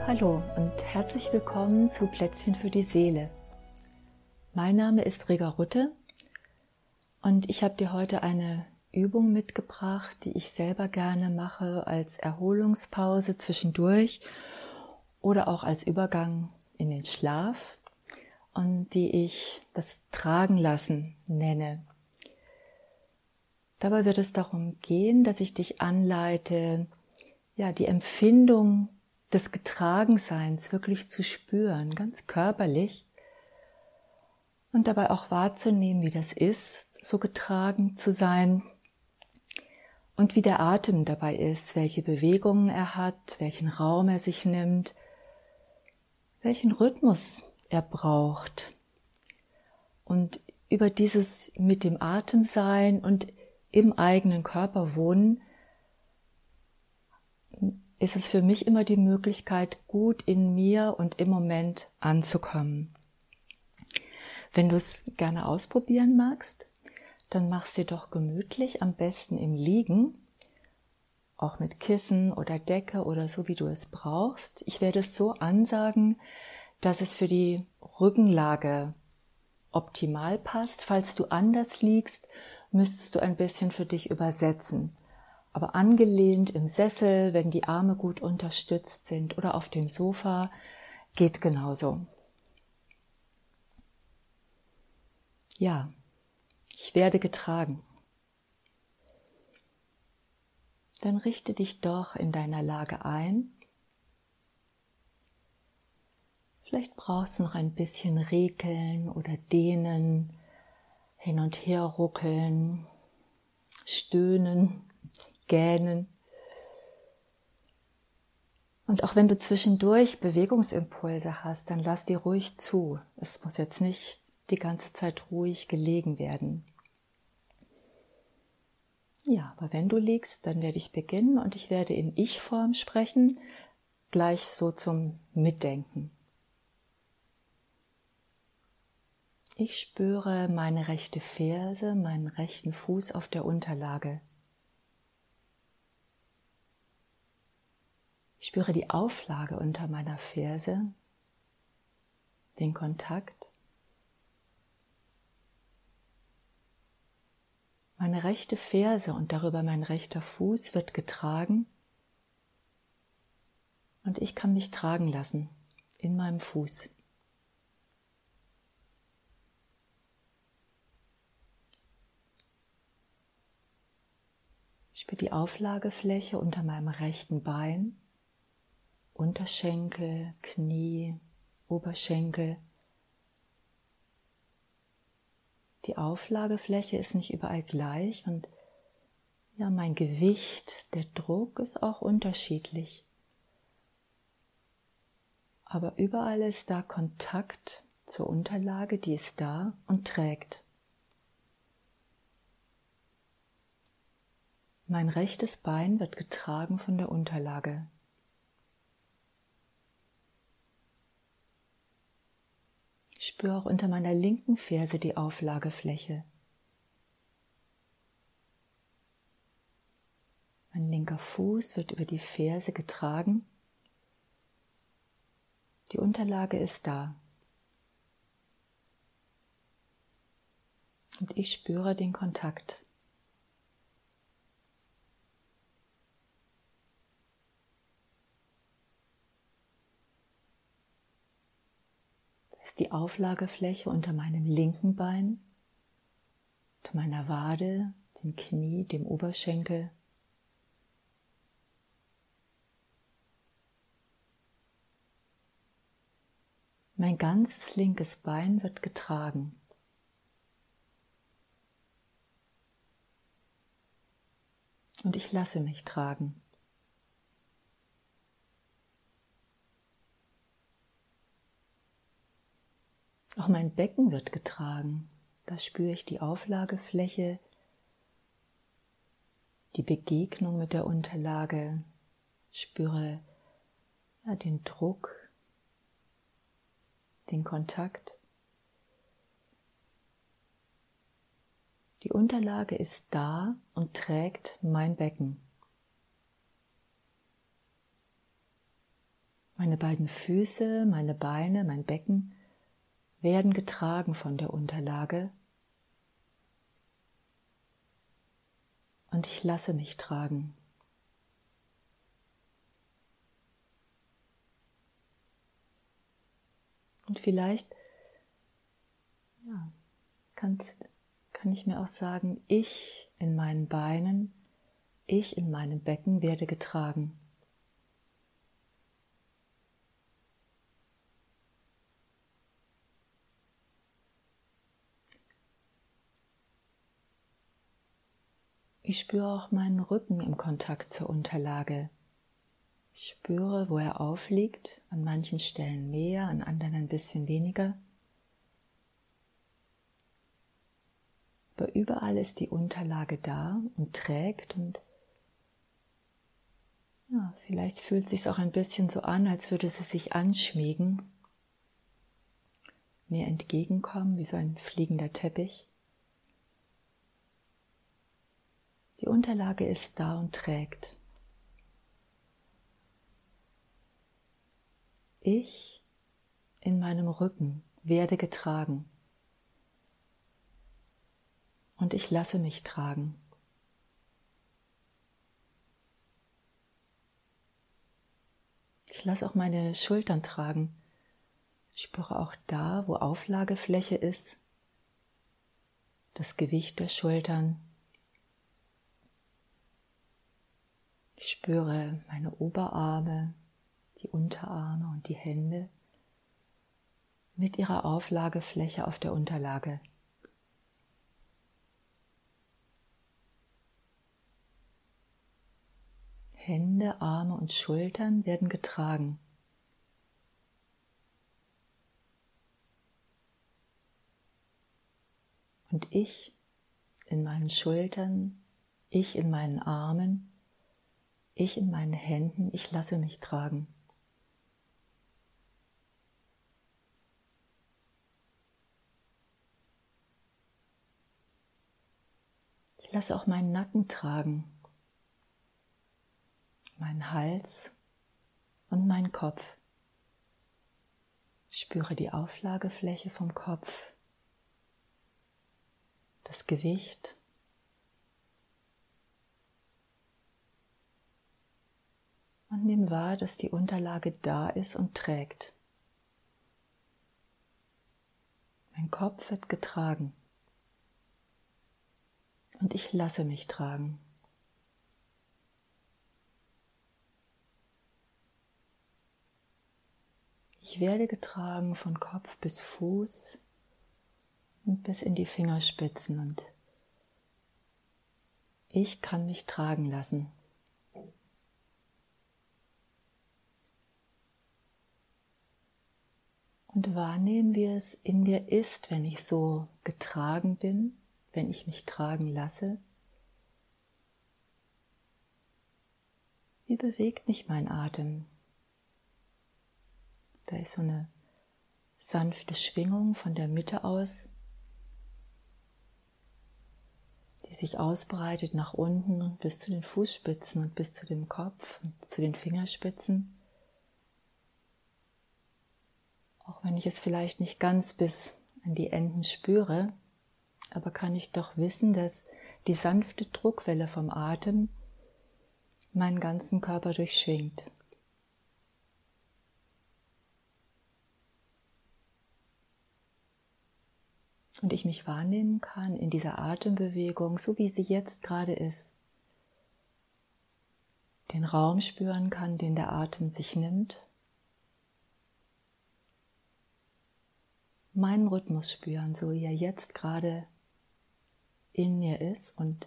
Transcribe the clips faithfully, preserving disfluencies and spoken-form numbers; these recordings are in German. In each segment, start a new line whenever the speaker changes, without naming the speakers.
Hallo und herzlich willkommen zu Plätzchen für die Seele. Mein Name ist Rega Rutte und ich habe dir heute eine Übung mitgebracht, die ich selber gerne mache als Erholungspause zwischendurch oder auch als Übergang in den Schlaf und die ich das Tragen lassen nenne. Dabei wird es darum gehen, dass ich dich anleite, ja, die Empfindung des Getragenseins wirklich zu spüren, ganz körperlich und dabei auch wahrzunehmen, wie das ist, so getragen zu sein und wie der Atem dabei ist, welche Bewegungen er hat, welchen Raum er sich nimmt, welchen Rhythmus er braucht. Und über dieses mit dem Atem sein und im eigenen Körper wohnen, ist es für mich immer die Möglichkeit, gut in mir und im Moment anzukommen. Wenn du es gerne ausprobieren magst, dann mach es dir doch gemütlich, am besten im Liegen, auch mit Kissen oder Decke oder so, wie du es brauchst. Ich werde es so ansagen, dass es für die Rückenlage optimal passt. Falls du anders liegst, müsstest du ein bisschen für dich übersetzen. Aber angelehnt im Sessel, wenn die Arme gut unterstützt sind oder auf dem Sofa, geht genauso. Ja, ich werde getragen. Dann richte dich doch in deiner Lage ein. Vielleicht brauchst du noch ein bisschen rekeln oder dehnen, hin und her ruckeln, stöhnen, gähnen. Und auch wenn du zwischendurch Bewegungsimpulse hast, dann lass die ruhig zu. Es muss jetzt nicht die ganze Zeit ruhig gelegen werden. Ja, aber wenn du liegst, dann werde ich beginnen und ich werde in Ich-Form sprechen, gleich so zum Mitdenken. Ich spüre meine rechte Ferse, meinen rechten Fuß auf der Unterlage. Ich spüre die Auflage unter meiner Ferse, den Kontakt. Meine rechte Ferse und darüber mein rechter Fuß wird getragen und ich kann mich tragen lassen in meinem Fuß. Ich spüre die Auflagefläche unter meinem rechten Bein. Unterschenkel, Knie, Oberschenkel. Die Auflagefläche ist nicht überall gleich und ja, mein Gewicht, der Druck ist auch unterschiedlich. Aber überall ist da Kontakt zur Unterlage, die ist da und trägt. Mein rechtes Bein wird getragen von der Unterlage. Ich spüre auch unter meiner linken Ferse die Auflagefläche. Mein linker Fuß wird über die Ferse getragen. Die Unterlage ist da. Und ich spüre den Kontakt. Die Auflagefläche unter meinem linken Bein, unter meiner Wade, dem Knie, dem Oberschenkel. Mein ganzes linkes Bein wird getragen. Und ich lasse mich tragen. Auch mein Becken wird getragen. Da spüre ich die Auflagefläche, die Begegnung mit der Unterlage, spüre ja, den Druck, den Kontakt. Die Unterlage ist da und trägt mein Becken. Meine beiden Füße, meine Beine, mein Becken werden getragen von der Unterlage und ich lasse mich tragen. Und vielleicht ja, kannst, kann ich mir auch sagen, ich in meinen Beinen, ich in meinem Becken werde getragen. Ich spüre auch meinen Rücken im Kontakt zur Unterlage. Ich spüre, wo er aufliegt, an manchen Stellen mehr, an anderen ein bisschen weniger. Aber überall ist die Unterlage da und trägt und ja, vielleicht fühlt es sich auch ein bisschen so an, als würde sie sich anschmiegen, mir entgegenkommen, wie so ein fliegender Teppich. Die Unterlage ist da und trägt. Ich in meinem Rücken werde getragen und ich lasse mich tragen. Ich lasse auch meine Schultern tragen. Ich spüre auch da, wo Auflagefläche ist, das Gewicht der Schultern. Ich spüre meine Oberarme, die Unterarme und die Hände mit ihrer Auflagefläche auf der Unterlage. Hände, Arme und Schultern werden getragen. Und ich in meinen Schultern, ich in meinen Armen, ich in meinen Händen, ich lasse mich tragen. Ich lasse auch meinen Nacken tragen, meinen Hals und meinen Kopf. Ich spüre die Auflagefläche vom Kopf, das Gewicht. Und nimm wahr, dass die Unterlage da ist und trägt. Mein Kopf wird getragen. Und ich lasse mich tragen. Ich werde getragen von Kopf bis Fuß und bis in die Fingerspitzen. Und ich kann mich tragen lassen. Und wahrnehmen, wie es in mir ist, wenn ich so getragen bin, wenn ich mich tragen lasse. Wie bewegt mich mein Atem? Da ist so eine sanfte Schwingung von der Mitte aus, die sich ausbreitet nach unten bis zu den Fußspitzen und bis zu dem Kopf und zu den Fingerspitzen. Auch wenn ich es vielleicht nicht ganz bis an die Enden spüre, aber kann ich doch wissen, dass die sanfte Druckwelle vom Atem meinen ganzen Körper durchschwingt. Und ich mich wahrnehmen kann in dieser Atembewegung, so wie sie jetzt gerade ist. Den Raum spüren kann, den der Atem sich nimmt. Meinen Rhythmus spüren, so wie er jetzt gerade in mir ist. Und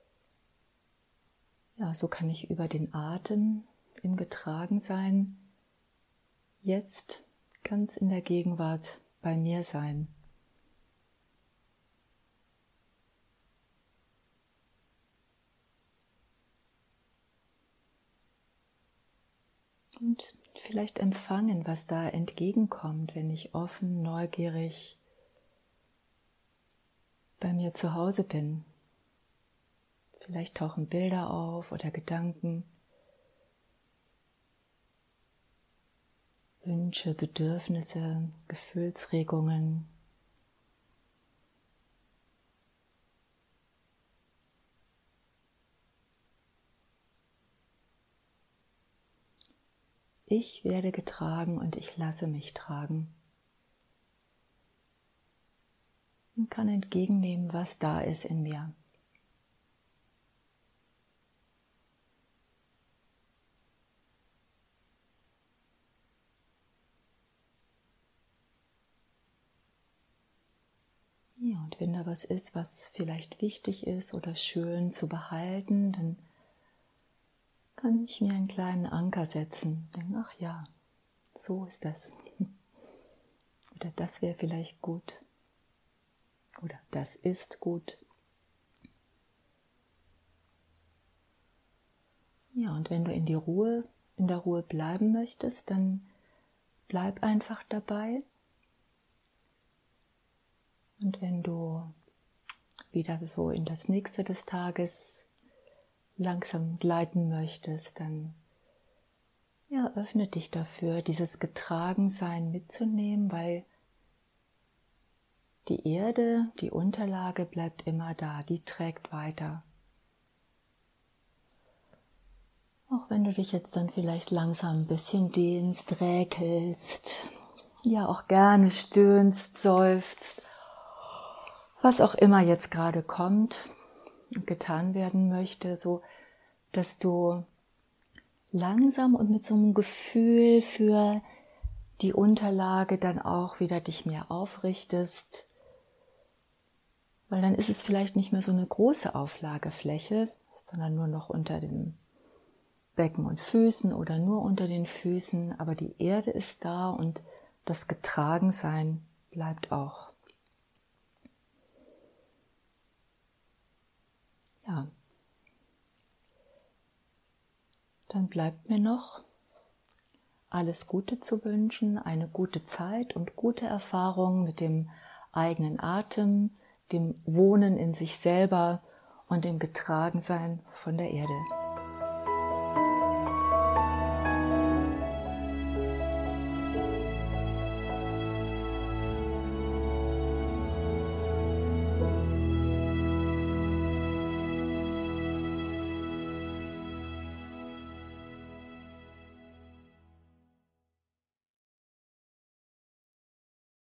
ja, so kann ich über den Atem im Getragensein jetzt ganz in der Gegenwart bei mir sein. Und vielleicht empfangen, was da entgegenkommt, wenn ich offen, neugierig bei mir zu Hause bin. Vielleicht tauchen Bilder auf oder Gedanken. Wünsche, Bedürfnisse, Gefühlsregungen. Ich werde getragen und ich lasse mich tragen. Und kann entgegennehmen, was da ist in mir. Ja, und wenn da was ist, was vielleicht wichtig ist oder schön zu behalten, dann kann ich mir einen kleinen Anker setzen. Denken, ach ja, so ist das. Oder das wäre vielleicht gut. Oder das ist gut. Ja, und wenn du in die Ruhe, in der Ruhe bleiben möchtest, dann bleib einfach dabei. Und wenn du wieder so in das nächste des Tages langsam gleiten möchtest, dann ja, öffne dich dafür, dieses Getragensein mitzunehmen, weil die Erde, die Unterlage bleibt immer da, die trägt weiter. Auch wenn du dich jetzt dann vielleicht langsam ein bisschen dehnst, räkelst, ja auch gerne stöhnst, seufzt, was auch immer jetzt gerade kommt und getan werden möchte, so dass du langsam und mit so einem Gefühl für die Unterlage dann auch wieder dich mehr aufrichtest, weil dann ist es vielleicht nicht mehr so eine große Auflagefläche, sondern nur noch unter dem Becken und Füßen oder nur unter den Füßen, aber die Erde ist da und das Getragensein bleibt auch. Ja, dann bleibt mir noch alles Gute zu wünschen, eine gute Zeit und gute Erfahrungen mit dem eigenen Atem, dem Wohnen in sich selber und dem Getragensein von der Erde.